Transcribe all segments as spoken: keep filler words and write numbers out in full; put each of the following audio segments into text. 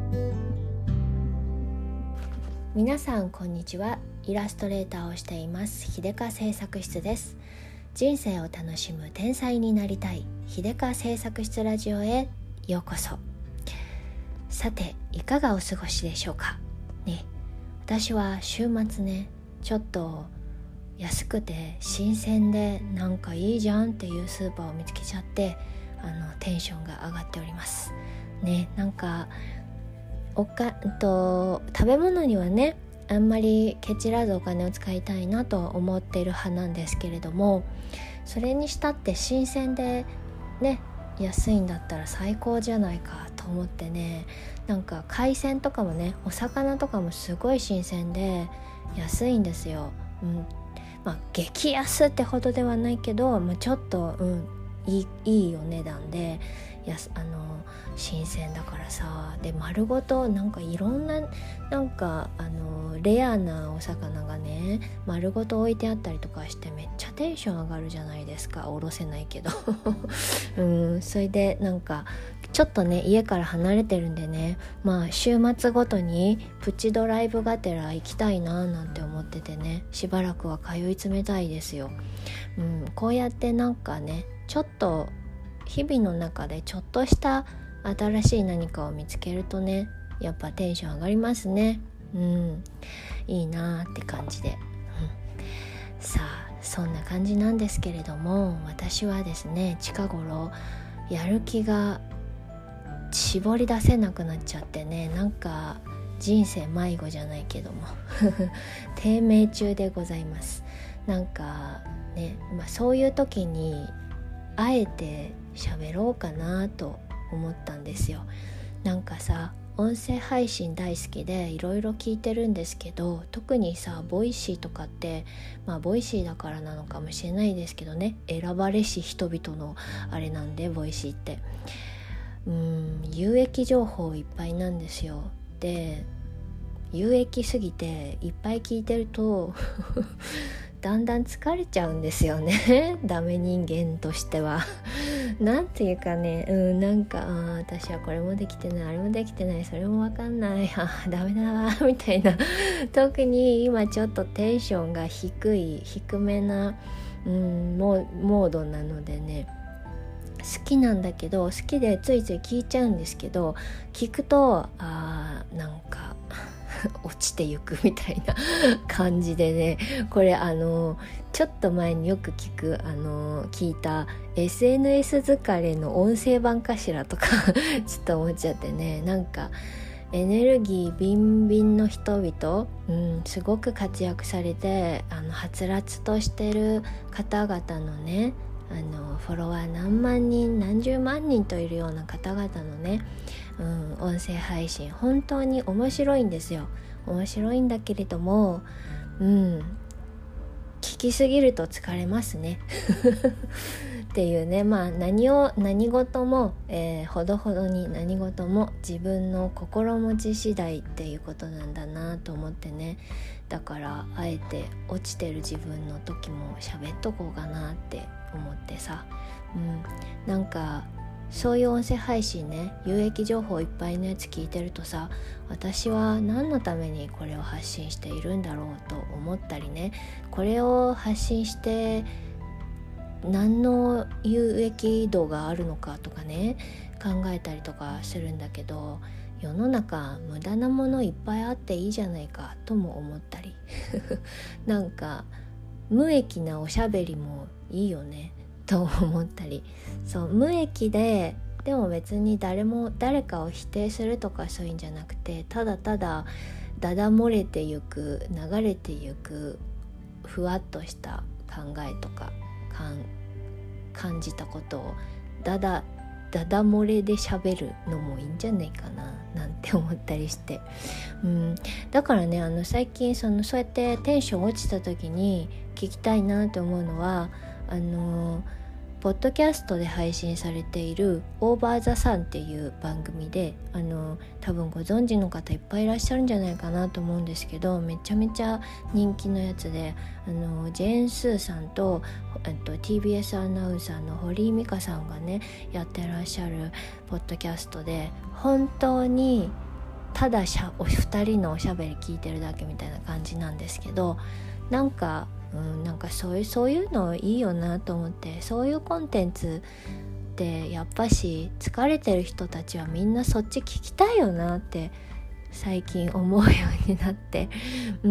皆さんこんにちは。イラストレーターをしています秀香製作室です。人生を楽しむ天才になりたい秀香製作室ラジオへようこそ。さていかがお過ごしでしょうかね。私は週末ねちょっと安くて新鮮でなんかいいじゃんっていうスーパーを見つけちゃってあのテンションが上がっておりますね。なんかおかと食べ物にはねあんまりケチらずお金を使いたいなと思っている派なんですけれども、それにしたって新鮮でね安いんだったら最高じゃないかと思ってね、なんか海鮮とかもねお魚とかもすごい新鮮で安いんですよ、うん、まあ激安ってほどではないけど、まあ、ちょっと、うん、いい、いいお値段でやすあの新鮮だからさ、で丸ごとなんかいろんななんかあのレアなお魚がね丸ごと置いてあったりとかしてめっちゃテンション上がるじゃないですか。おろせないけどうんそれでなんかちょっとね家から離れてるんでね、まあ週末ごとにプチドライブがてら行きたいななんて思っててね、しばらくは通い詰めたいですよ、うん、こうやってなんかねちょっと日々の中でちょっとした新しい何かを見つけるとねやっぱテンション上がりますね。うんいいなって感じで、うん、さあそんな感じなんですけれども、私はですね近頃やる気が絞り出せなくなっちゃってね、なんか人生迷子じゃないけども低迷中でございます。なんかね、まあ、そういう時にあえて喋ろうかなと思ったんですよ。なんかさ音声配信大好きでいろいろ聞いてるんですけど、特にさボイシーとかってまあボイシーだからなのかもしれないですけどね、選ばれし人々のあれなんでボイシーってうーん有益情報いっぱいなんですよ。で有益すぎていっぱい聞いてるとだんだん疲れちゃうんですよねダメ人間としてはなんていうかね、うんなんかあ私はこれもできてないあれもできてないそれもわかんないあダメだわみたいな特に今ちょっとテンションが低い低めな、うん、モ, モードなのでね、好きなんだけど好きでついつい聞いちゃうんですけど、聞くとあーなんか落ちてゆくみたいな感じでね、これあのちょっと前によく聞くあの聞いた エスエヌエス 疲れの音声版かしらとかちょっと思っちゃってね、なんかエネルギービンビンの人々、うん、すごく活躍されてあのはつらつとしてる方々のねあのフォロワー何万人何十万人といるような方々のね、うん、音声配信本当に面白いんですよ。面白いんだけれども、うん、聞きすぎると疲れますねっていうね、まあ何を何事も、えー、ほどほどに何事も自分の心持ち次第っていうことなんだなと思ってね、だからあえて落ちてる自分の時も喋っとこうかなって思ってさ、うん、なんかそういう音声配信ね有益情報いっぱいのやつ聞いてるとさ、私は何のためにこれを発信しているんだろうと思ったりね、これを発信して何の有益度があるのかとかね考えたりとかするんだけど、世の中無駄なものいっぱいあっていいじゃないかとも思ったりなんか無益なおしゃべりもいいよねと思ったり、そう無益ででも別に誰も誰かを否定するとかそういうんじゃなくて、ただただだだ漏れてゆく流れてゆくふわっとした考えとか感じたことをだだだだ漏れで喋るのもいいんじゃないかななんて思ったりして、うん、だからねあの最近そのそうやってテンション落ちた時に聞きたいなと思うのはあのポッドキャストで配信されているオーバーザサンっていう番組で、あの多分ご存知の方いっぱいいらっしゃるんじゃないかなと思うんですけど、めちゃめちゃ人気のやつで、あのジェーン・スーさんと、えっと、ティービーエス アナウンサーの堀井美香さんがねやってらっしゃるポッドキャストで、本当にただしゃお二人のおしゃべり聞いてるだけみたいな感じなんですけど、なんか、うん、なんかそういうそういうのいいよなと思って、そういうコンテンツってやっぱし疲れてる人たちはみんなそっち聞きたいよなって最近思うようになって、うん、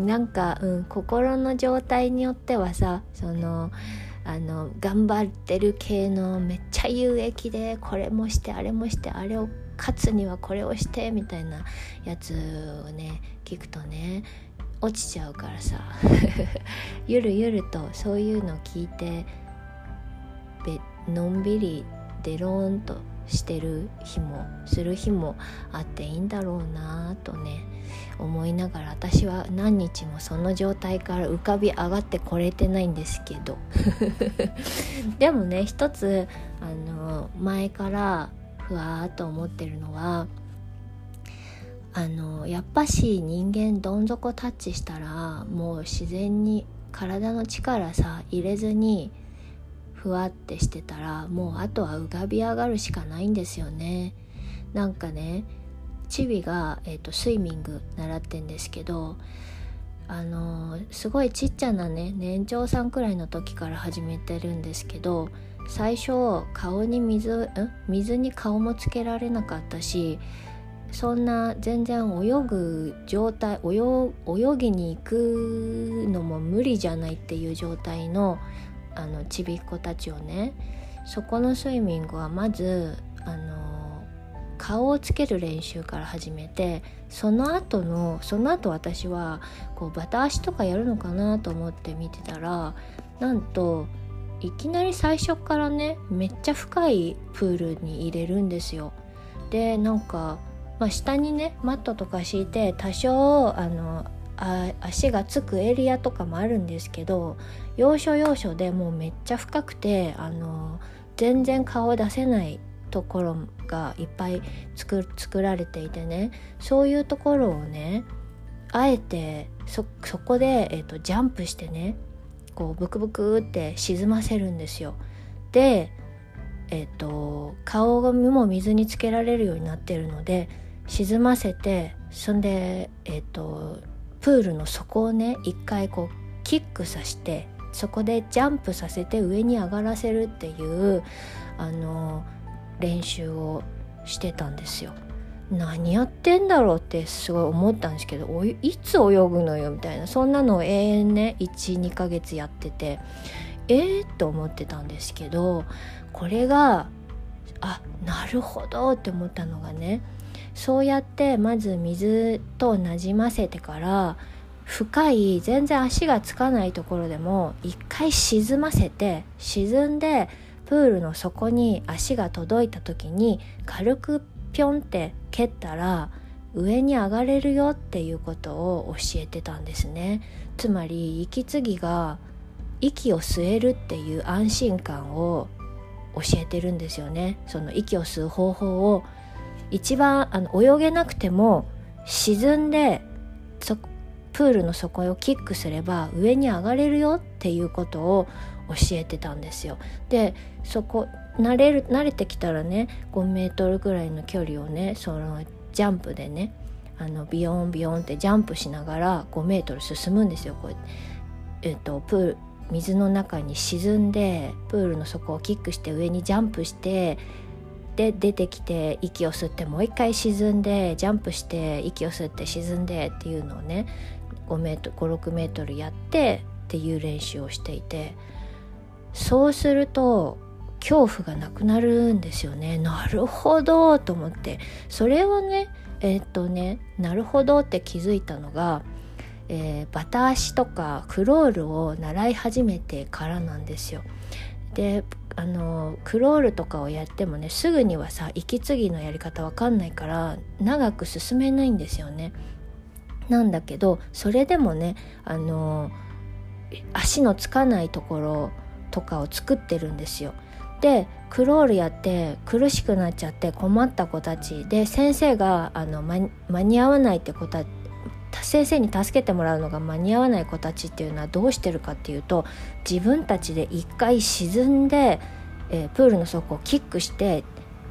なんか、うん、心の状態によってはさ、そのあの頑張ってる系のめっちゃ有益でこれもしてあれもしてあれを勝つにはこれをしてみたいなやつをね聞くとね落ちちゃうからさゆるゆるとそういうの聞いてべのんびりデローンとしてる日もする日もあっていいんだろうなとね思いながら、私は何日もその状態から浮かび上がってこれてないんですけどでもね、一つあの前からふわーっと思ってるのは、あのやっぱし人間どん底タッチしたらもう自然に体の力さ入れずにふわってしてたら、もうあとは浮かび上がるしかないんですよね。なんかね、チビが、えーと、スイミング習ってんですけど、あのー、すごいちっちゃなね年長さんくらいの時から始めてるんですけど、最初顔に水ん水に顔もつけられなかったし、そんな全然泳ぐ状態 泳, 泳ぎに行くのも無理じゃないっていう状態のあのちびっ子たちをね、そこのスイミングはまずあの顔をつける練習から始めて、その後のその後私はこうバタ足とかやるのかなと思って見てたら、なんといきなり最初からねめっちゃ深いプールに入れるんですよ。でなんか、まあ、下にねマットとか敷いて多少あのあ足がつくエリアとかもあるんですけど、要所要所でもうめっちゃ深くてあの全然顔出せないところがいっぱい 作, 作られていてね、そういうところをねあえて そ, そこで、えーと、ジャンプしてねこうブクブクって沈ませるんですよ。で、えーと、顔がも水につけられるようになってるので沈ませて、そんでえっ、ー、とプールの底をね一回こうキックさせて、そこでジャンプさせて上に上がらせるっていうあの練習をしてたんですよ。何やってんだろうってすごい思ったんですけど、おいつ泳ぐのよみたいな、そんなのを永遠ね いち,に ヶ月やっててえーって思ってたんですけど、これがあなるほどって思ったのがね、そうやってまず水となじませてから深い全然足がつかないところでも一回沈ませて、沈んでプールの底に足が届いた時に軽くピョンって蹴ったら上に上がれるよっていうことを教えてたんですね。つまり息継ぎが息を吸えるっていう安心感を教えてるんですよね。その息を吸う方法を一番あの泳げなくても沈んでそプールの底をキックすれば上に上がれるよっていうことを教えてたんですよ。でそこ慣れる慣れてきたらねごメートルぐらいの距離をねそのジャンプでねあのビヨンビヨンってジャンプしながらごメートル進むんですよ。こうえっとプール水の中に沈んでプールの底をキックして上にジャンプしてで出てきて息を吸ってもう一回沈んでジャンプして息を吸って沈んでっていうのをねごメートルご、ろくメートルやってっていう練習をしていて、そうすると恐怖がなくなるんですよね。なるほどと思って、それをねえー、っとねなるほどって気づいたのが、えー、バタ足とかクロールを習い始めてからなんですよ。であのクロールとかをやってもねすぐにはさ息継ぎのやり方わかんないから長く進めないんですよね。なんだけどそれでもねあの足のつかないところとかを作ってるんですよ。でクロールやって苦しくなっちゃって困った子たちで先生があの 間, 間に合わないって子たち先生に助けてもらうのが間に合わない子たちっていうのはどうしてるかっていうと、自分たちで一回沈んで、えー、プールの底をキックして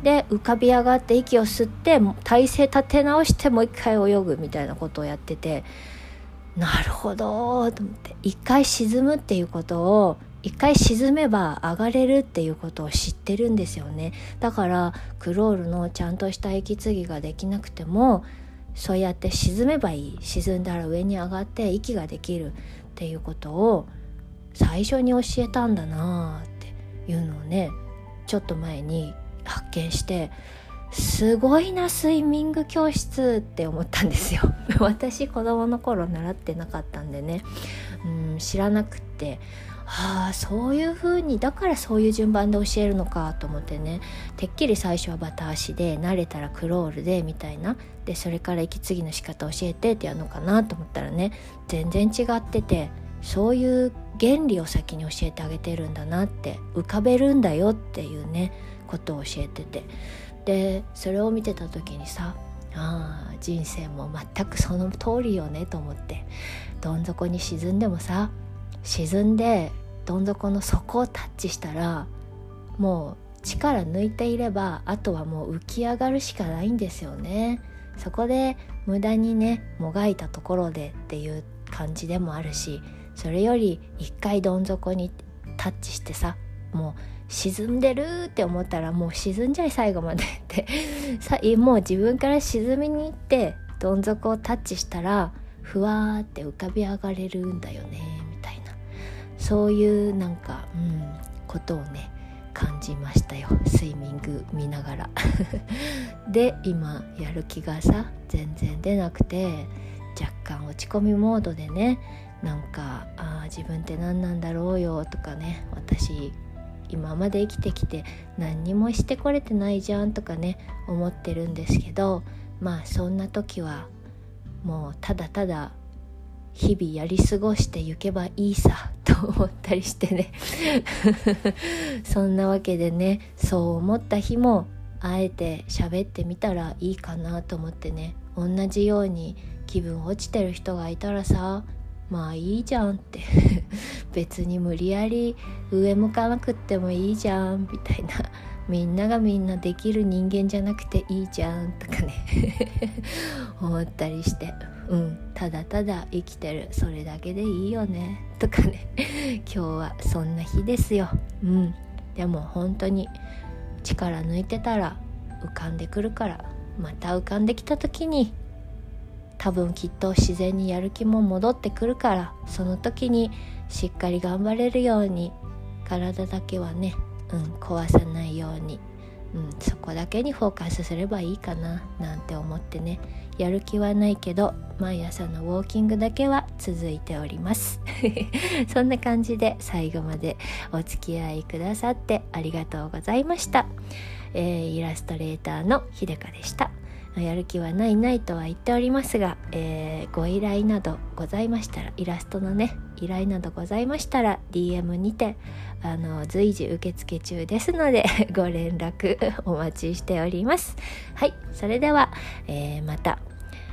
で浮かび上がって息を吸って体勢立て直してもう一回泳ぐみたいなことをやってて、なるほどと思って、一回沈むっていうことを、一回沈めば上がれるっていうことを知ってるんですよね。だからクロールのちゃんとした息継ぎができなくても、そうやって沈めばいい、沈んだら上に上がって息ができるっていうことを最初に教えたんだなっていうのをね、ちょっと前に発見して、すごいなスイミング教室って思ったんですよ私子供の頃習ってなかったんでね、うん、知らなくって、ああそういう風に、だからそういう順番で教えるのかと思ってね、てっきり最初はバタ足で、慣れたらクロールでみたいな、でそれから息継ぎの仕方教えてってやるのかなと思ったらね、全然違ってて、そういう原理を先に教えてあげてるんだなって、浮かべるんだよっていうねことを教えてて、でそれを見てた時にさ、ああ人生も全くその通りよねと思って、どん底に沈んでもさ、沈んでどん底の底をタッチしたら、もう力抜いていればあとはもう浮き上がるしかないんですよね。そこで無駄にねもがいたところでっていう感じでもあるし、それより一回どん底にタッチしてさ、もう沈んでるって思ったらもう沈んじゃい最後までってさ、もう自分から沈みに行ってどん底をタッチしたらふわーって浮かび上がれるんだよねみたいな、そういうなんか、うん、ことをね感じましたよ、スイミング見ながらで今やる気がさ全然出なくて、若干落ち込みモードでね、なんかあ自分って何なんだろうよとかね、私今まで生きてきて何にもしてこれてないじゃんとかね思ってるんですけど、まあそんな時はもうただただ日々やり過ごしていけばいいさと思ったりしてねそんなわけでね、そう思った日もあえて喋ってみたらいいかなと思ってね、同じように気分落ちてる人がいたらさ、まあいいじゃんって別に無理やり上向かなくってもいいじゃんみたいな、みんながみんなできる人間じゃなくていいじゃんとかね思ったりして、うんただただ生きてる、それだけでいいよねとかね今日はそんな日ですよ。うんでも本当に力抜いてたら浮かんでくるから、また浮かんできた時に多分きっと自然にやる気も戻ってくるから、その時にしっかり頑張れるように体だけはね、うん、壊さないように、うん、そこだけにフォーカスすればいいかななんて思ってね、やる気はないけど毎朝のウォーキングだけは続いておりますそんな感じで最後までお付き合いくださってありがとうございました、えー、イラストレーターの秀香でした。やる気はないないとは言っておりますが、えー、ご依頼などございましたら、イラストのね依頼などございましたら ディーエム にてあの随時受付中ですのでご連絡お待ちしております。はい、それでは、えー、また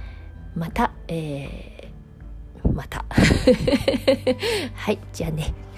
また、えー、またはい、じゃあね。